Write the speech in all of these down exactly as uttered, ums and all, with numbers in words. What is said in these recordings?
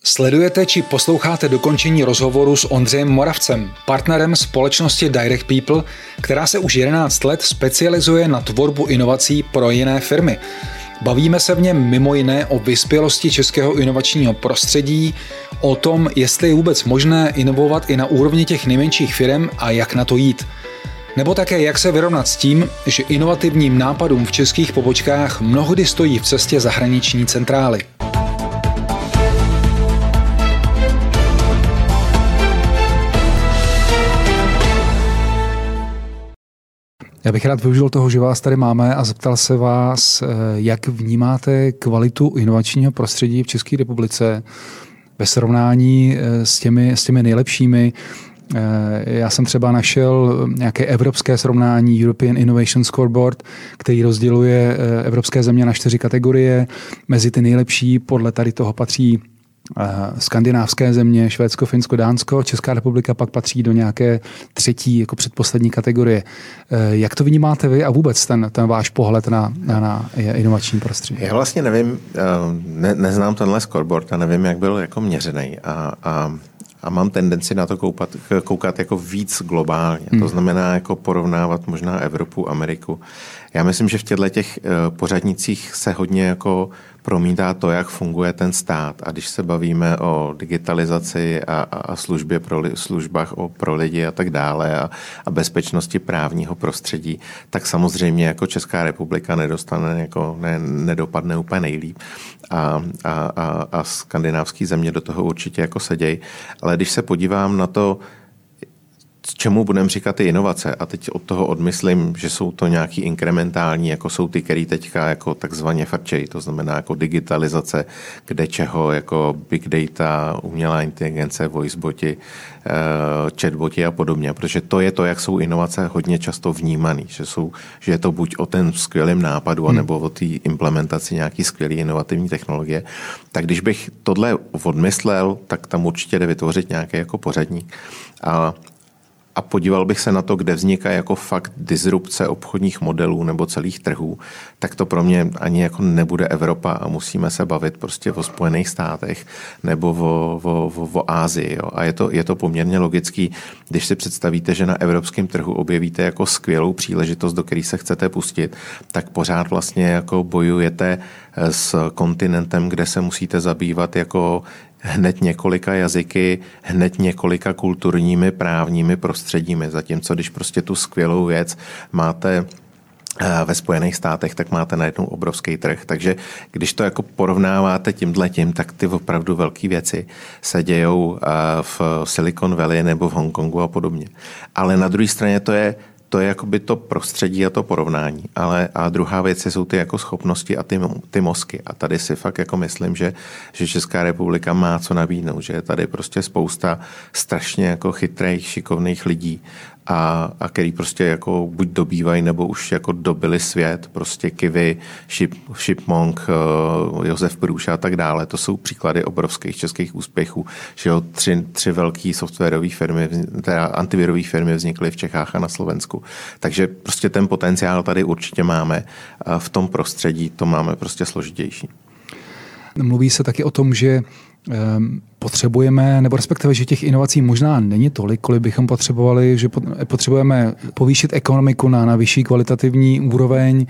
Sledujete či posloucháte dokončení rozhovoru s Ondřejem Moravcem, partnerem společnosti Direct People, která se už jedenáct let specializuje na tvorbu inovací pro jiné firmy. Bavíme se v něm mimo jiné o vyspělosti českého inovačního prostředí, o tom, jestli je vůbec možné inovovat i na úrovni těch nejmenších firm a jak na to jít. Nebo také, jak se vyrovnat s tím, že inovativním nápadům v českých pobočkách mnohdy stojí v cestě zahraniční centrály. Já bych rád využil toho, že vás tady máme a zeptal se vás, jak vnímáte kvalitu inovačního prostředí v České republice ve srovnání s těmi, s těmi nejlepšími. Já jsem třeba našel nějaké evropské srovnání European Innovation Scoreboard, který rozděluje evropské země na čtyři kategorie. Mezi ty nejlepší podle tady toho patří skandinávské země, Švédsko, Finsko, Dánsko, Česká republika pak patří do nějaké třetí, jako předposlední kategorie. Jak to vnímáte vy a vůbec ten, ten váš pohled na, na, na inovační prostředí? Já vlastně nevím, ne, neznám tenhle scoreboard a nevím, jak byl jako měřený a, a A mám tendenci na to koupat, koukat jako víc globálně. Hmm. To znamená jako porovnávat možná Evropu, Ameriku. Já myslím, že v těchto těch pořadnicích se hodně jako promítá to, jak funguje ten stát. A když se bavíme o digitalizaci a, a službě pro, službách o, pro lidi a tak dále a, a bezpečnosti právního prostředí, tak samozřejmě jako Česká republika nedostane, jako ne, nedopadne úplně nejlíp. A, a, a, a skandinávský země do toho určitě jako seděj. Ale když se podívám na to, čemu budeme říkat ty inovace, a teď od toho odmyslím, že jsou to nějaký inkrementální, jako jsou ty, který teďka jako takzvaně frčej, to znamená jako digitalizace, kde čeho, jako big data, umělá inteligence, voiceboti, chatboti a podobně, protože to je to, jak jsou inovace hodně často vnímaný, že, jsou, že je to buď o ten skvělém nápadu, hmm. anebo o té implementaci nějaký skvělý inovativní technologie. Tak když bych tohle odmyslel, tak tam určitě jde vytvořit nějaký jako pořadník. A A podíval bych se na to, kde vzniká jako fakt disrupce obchodních modelů nebo celých trhů, tak to pro mě ani jako nebude Evropa a musíme se bavit prostě o Spojených státech nebo o, o, o, o Asii. Jo. A je to, je to poměrně logický, když si představíte, že na evropském trhu objevíte jako skvělou příležitost, do které se chcete pustit, tak pořád vlastně jako bojujete s kontinentem, kde se musíte zabývat jako hned několika jazyky, hned několika kulturními, právními prostředími. Zatímco když prostě tu skvělou věc máte ve Spojených státech, tak máte najednou obrovský trh. Takže když to jako porovnáváte tímhletím, tak ty opravdu velké věci se dějou v Silicon Valley nebo v Hongkongu a podobně. Ale na druhé straně to je To je jakoby to prostředí a to porovnání. Ale a druhá věc jsou ty jako schopnosti a ty, ty mozky. A tady si fakt jako myslím, že, že Česká republika má co nabídnout, že je tady prostě spousta strašně jako chytrých, šikovných lidí, a, a který prostě jako buď dobývají, nebo už jako dobili svět, prostě Kiwi, Ship, Shipmonk, Josef Průš a tak dále. To jsou příklady obrovských českých úspěchů, že jo, tři, tři velké softwarové firmy, teda antivirové firmy vznikly v Čechách a na Slovensku. Takže prostě ten potenciál tady určitě máme. A v tom prostředí to máme prostě složitější. Mluví se taky o tom, že potřebujeme, nebo respektive, že těch inovací možná není tolik, kolik bychom potřebovali, že potřebujeme povýšit ekonomiku na, na vyšší kvalitativní úroveň,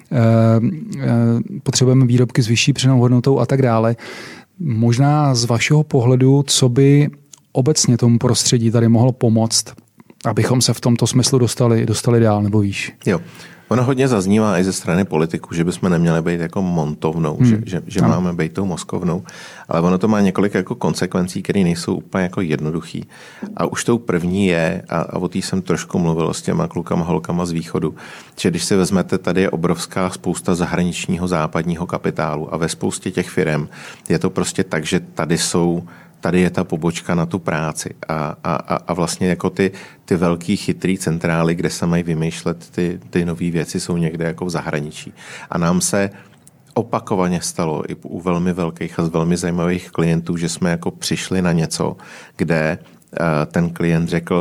potřebujeme výrobky s vyšší přidanou hodnotou a tak dále. Možná z vašeho pohledu, co by obecně tomu prostředí tady mohlo pomoct, abychom se v tomto smyslu dostali, dostali dál nebo výš? Jo. Ono hodně zaznívá i ze strany politiků, že bychom neměli být jako montovnou, hmm. že, že, že máme být tou mozkovnou, ale ono to má několik jako konsekvencí, které nejsou úplně jako jednoduchý. A už tou první je, a, a o té jsem trošku mluvil s těma klukama, holkama z východu, že když si vezmete, tady je obrovská spousta zahraničního západního kapitálu a ve spoustě těch firem je to prostě tak, že tady jsou tady je ta pobočka na tu práci a, a, a vlastně jako ty, ty velký chytrý centrály, kde se mají vymýšlet ty, ty nové věci, jsou někde jako v zahraničí. A nám se opakovaně stalo i u velmi velkých a velmi zajímavých klientů, že jsme jako přišli na něco, kde ten klient řekl,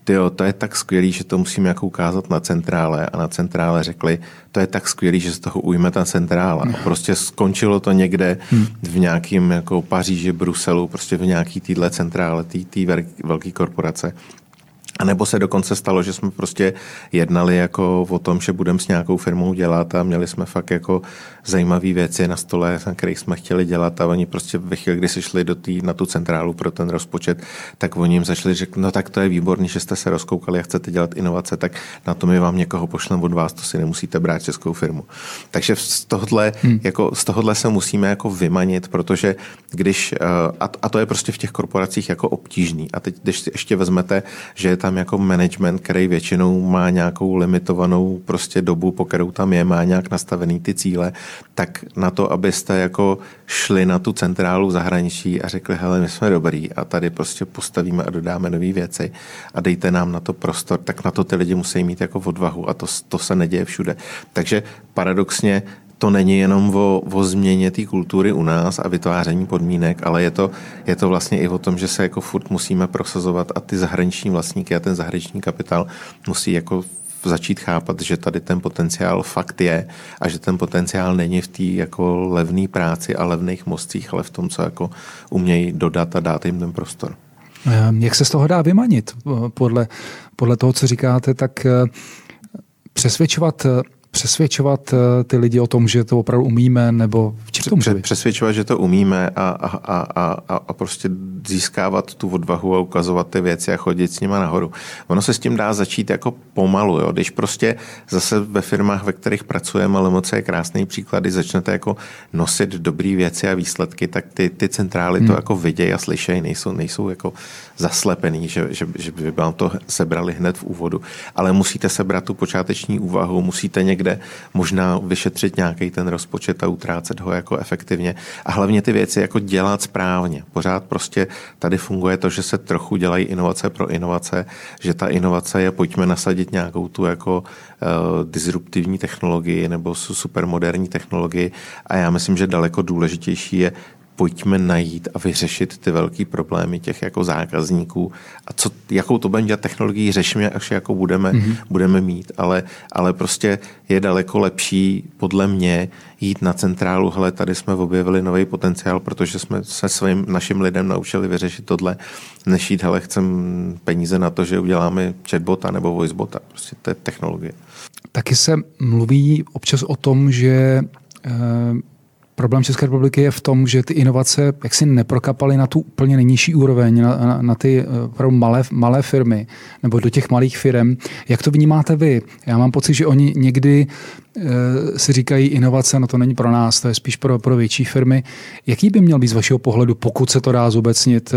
tyjo, to je tak skvělý, že to musíme jako ukázat na centrále a na centrále řekli, to je tak skvělý, že z toho ujme ta centrála. A prostě skončilo to někde hmm. v nějakým jako Paříži, Bruselu, prostě v nějaký týhle centrále, tý, tý velký korporace. A nebo se dokonce stalo, že jsme prostě jednali jako o tom, že budeme s nějakou firmou dělat a měli jsme fakt jako zajímavé věci na stole, na kterých jsme chtěli dělat a oni prostě ve chvíli, kdy si šli do tý, na tu centrálu pro ten rozpočet, tak oni jim začali říct, no tak to je výborný, že jste se rozkoukali a chcete dělat inovace, tak na to my vám někoho pošlem od vás, to si nemusíte brát českou firmu. Takže z tohohle, hmm. jako, z tohohle se musíme jako vymanit, protože když, a, a to je prostě v těch korporacích jako obtížný. A teď, když si ještě vezmete, že je tam jako management, který většinou má nějakou limitovanou prostě dobu, po kterou tam je, má nějak nastavený ty cíle, tak na to, abyste jako šli na tu centrálu v zahraničí a řekli, hele, my jsme dobrý a tady prostě postavíme a dodáme nové věci a dejte nám na to prostor, tak na to ty lidi musí mít jako odvahu a to, to se neděje všude. Takže paradoxně to není jenom o, o změně té kultury u nás a vytváření podmínek, ale je to, je to vlastně i o tom, že se jako furt musíme prosazovat a ty zahraniční vlastníky a ten zahraniční kapitál musí jako začít chápat, že tady ten potenciál fakt je a že ten potenciál není v té jako levné práci a levných mostcích, ale v tom, co jako umějí dodat a dát jim ten prostor. Jak se z toho dá vymanit? Podle, podle toho, co říkáte, tak přesvědčovat přesvědčovat ty lidi o tom, že to opravdu umíme, nebo v čem to může být? Přesvědčovat, že to umíme a, a, a, a, a prostě získávat tu odvahu a ukazovat ty věci a chodit s nima nahoru. Ono se s tím dá začít jako pomalu, jo? Když prostě zase ve firmách, ve kterých pracujeme, ale moc je krásný příklad, když začnete jako nosit dobrý věci a výsledky, tak ty, ty centrály hmm. to jako vidějí a slyšejí, nejsou, nejsou jako zaslepený, že, že, že by vám to sebrali hned v úvodu. Ale musíte sebrat tu počáteční úvahu, musíte někde kde možná vyšetřit nějaký ten rozpočet a utrácet ho jako efektivně. A hlavně ty věci jako dělat správně. Pořád prostě tady funguje to, že se trochu dělají inovace pro inovace, že ta inovace je pojďme nasadit nějakou tu jako uh, disruptivní technologii nebo supermoderní technologii a já myslím, že daleko důležitější je pojďme najít a vyřešit ty velký problémy těch jako zákazníků a co, jakou to bude dělat technologii, řešíme, až jako budeme, mm-hmm. budeme mít, ale, ale prostě je daleko lepší podle mě jít na centrálu, hele, tady jsme objevili nový potenciál, protože jsme se svým našim lidem naučili vyřešit tohle, než jít, hele, chcem peníze na to, že uděláme chatbota nebo voicebota, prostě to je technologie. Taky se mluví občas o tom, že eh... problém České republiky je v tom, že ty inovace jaksi neprokapaly na tu úplně nejnižší úroveň, na, na, na ty malé, malé firmy nebo do těch malých firm. Jak to vnímáte vy? Já mám pocit, že oni někdy e, si říkají inovace, no to není pro nás, to je spíš pro, pro větší firmy. Jaký by měl být z vašeho pohledu, pokud se to dá zobecnit,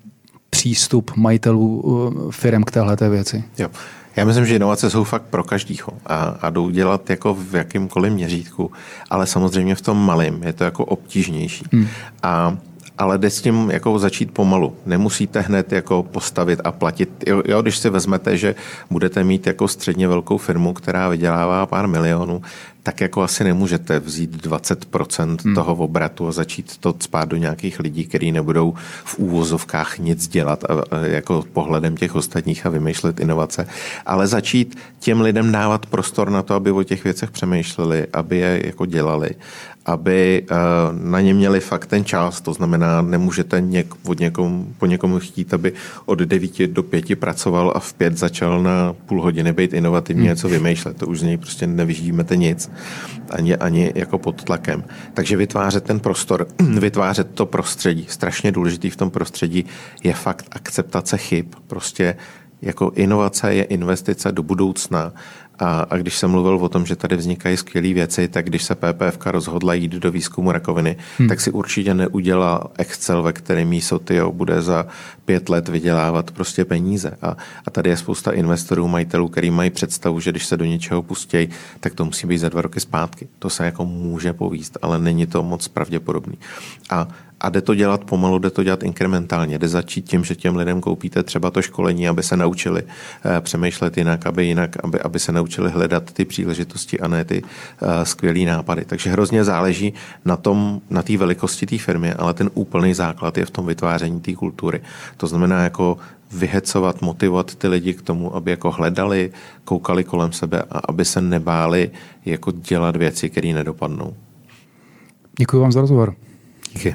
přístup majitelů firm k téhleté věci? Jo. Já myslím, že inovace jsou fakt pro každýho a, a jdou dělat jako v jakýmkoliv měřítku, ale samozřejmě v tom malém je to jako obtížnější. Hmm. A, ale jde s tím jako začít pomalu. Nemusíte hned jako postavit a platit. Jo, jo, když si vezmete, že budete mít jako středně velkou firmu, která vydělává pár milionů, tak jako asi nemůžete vzít dvacet procent hmm. toho obratu a začít to cpát do nějakých lidí, kteří nebudou v úvozovkách nic dělat a, a jako pohledem těch ostatních a vymýšlet inovace. Ale začít těm lidem dávat prostor na to, aby o těch věcech přemýšleli, aby je jako dělali, aby uh, na ně měli fakt ten čas. To znamená, nemůžete něk, od někom, po někomu chtít, aby od devíti do pěti pracoval a v pět začal na půl hodiny být inovativně hmm. něco vymýšlet. To už z něj prostě nevyždímete nic. Ani, ani jako pod tlakem. Takže vytvářet ten prostor, vytvářet to prostředí. Strašně důležitý v tom prostředí je fakt akceptace chyb. Prostě jako inovace je investice do budoucna. A, a když jsem mluvil o tom, že tady vznikají skvělé věci, tak když se P P F ka rozhodla jít do výzkumu rakoviny, hmm. tak si určitě neudělá Excel, ve kterém jí Sotio bude za pět let vydělávat prostě peníze. A, a tady je spousta investorů, majitelů, který mají představu, že když se do něčeho pustí, tak to musí být za dva roky zpátky. To se jako může povíst, ale není to moc pravděpodobný. A A jde to dělat pomalu, jde to dělat inkrementálně. Jde začít tím, že těm lidem koupíte třeba to školení, aby se naučili uh, přemýšlet jinak, aby jinak, aby, aby se naučili hledat ty příležitosti a ne ty uh, skvělý nápady. Takže hrozně záleží na tom, na té velikosti té firmy, ale ten úplný základ je v tom vytváření té kultury. To znamená jako vyhecovat, motivovat ty lidi k tomu, aby jako hledali, koukali kolem sebe a aby se nebáli jako dělat věci, které nedopadnou. Děkuji vám za rozhovor. Díky.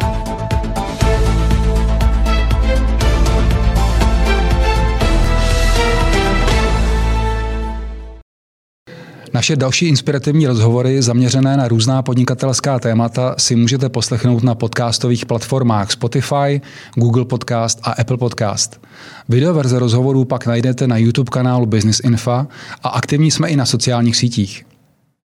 Naše další inspirativní rozhovory zaměřené na různá podnikatelská témata si můžete poslechnout na podcastových platformách Spotify, Google Podcast a Apple Podcast. Videoverze rozhovorů pak najdete na YouTube kanálu Business Info a aktivní jsme i na sociálních sítích.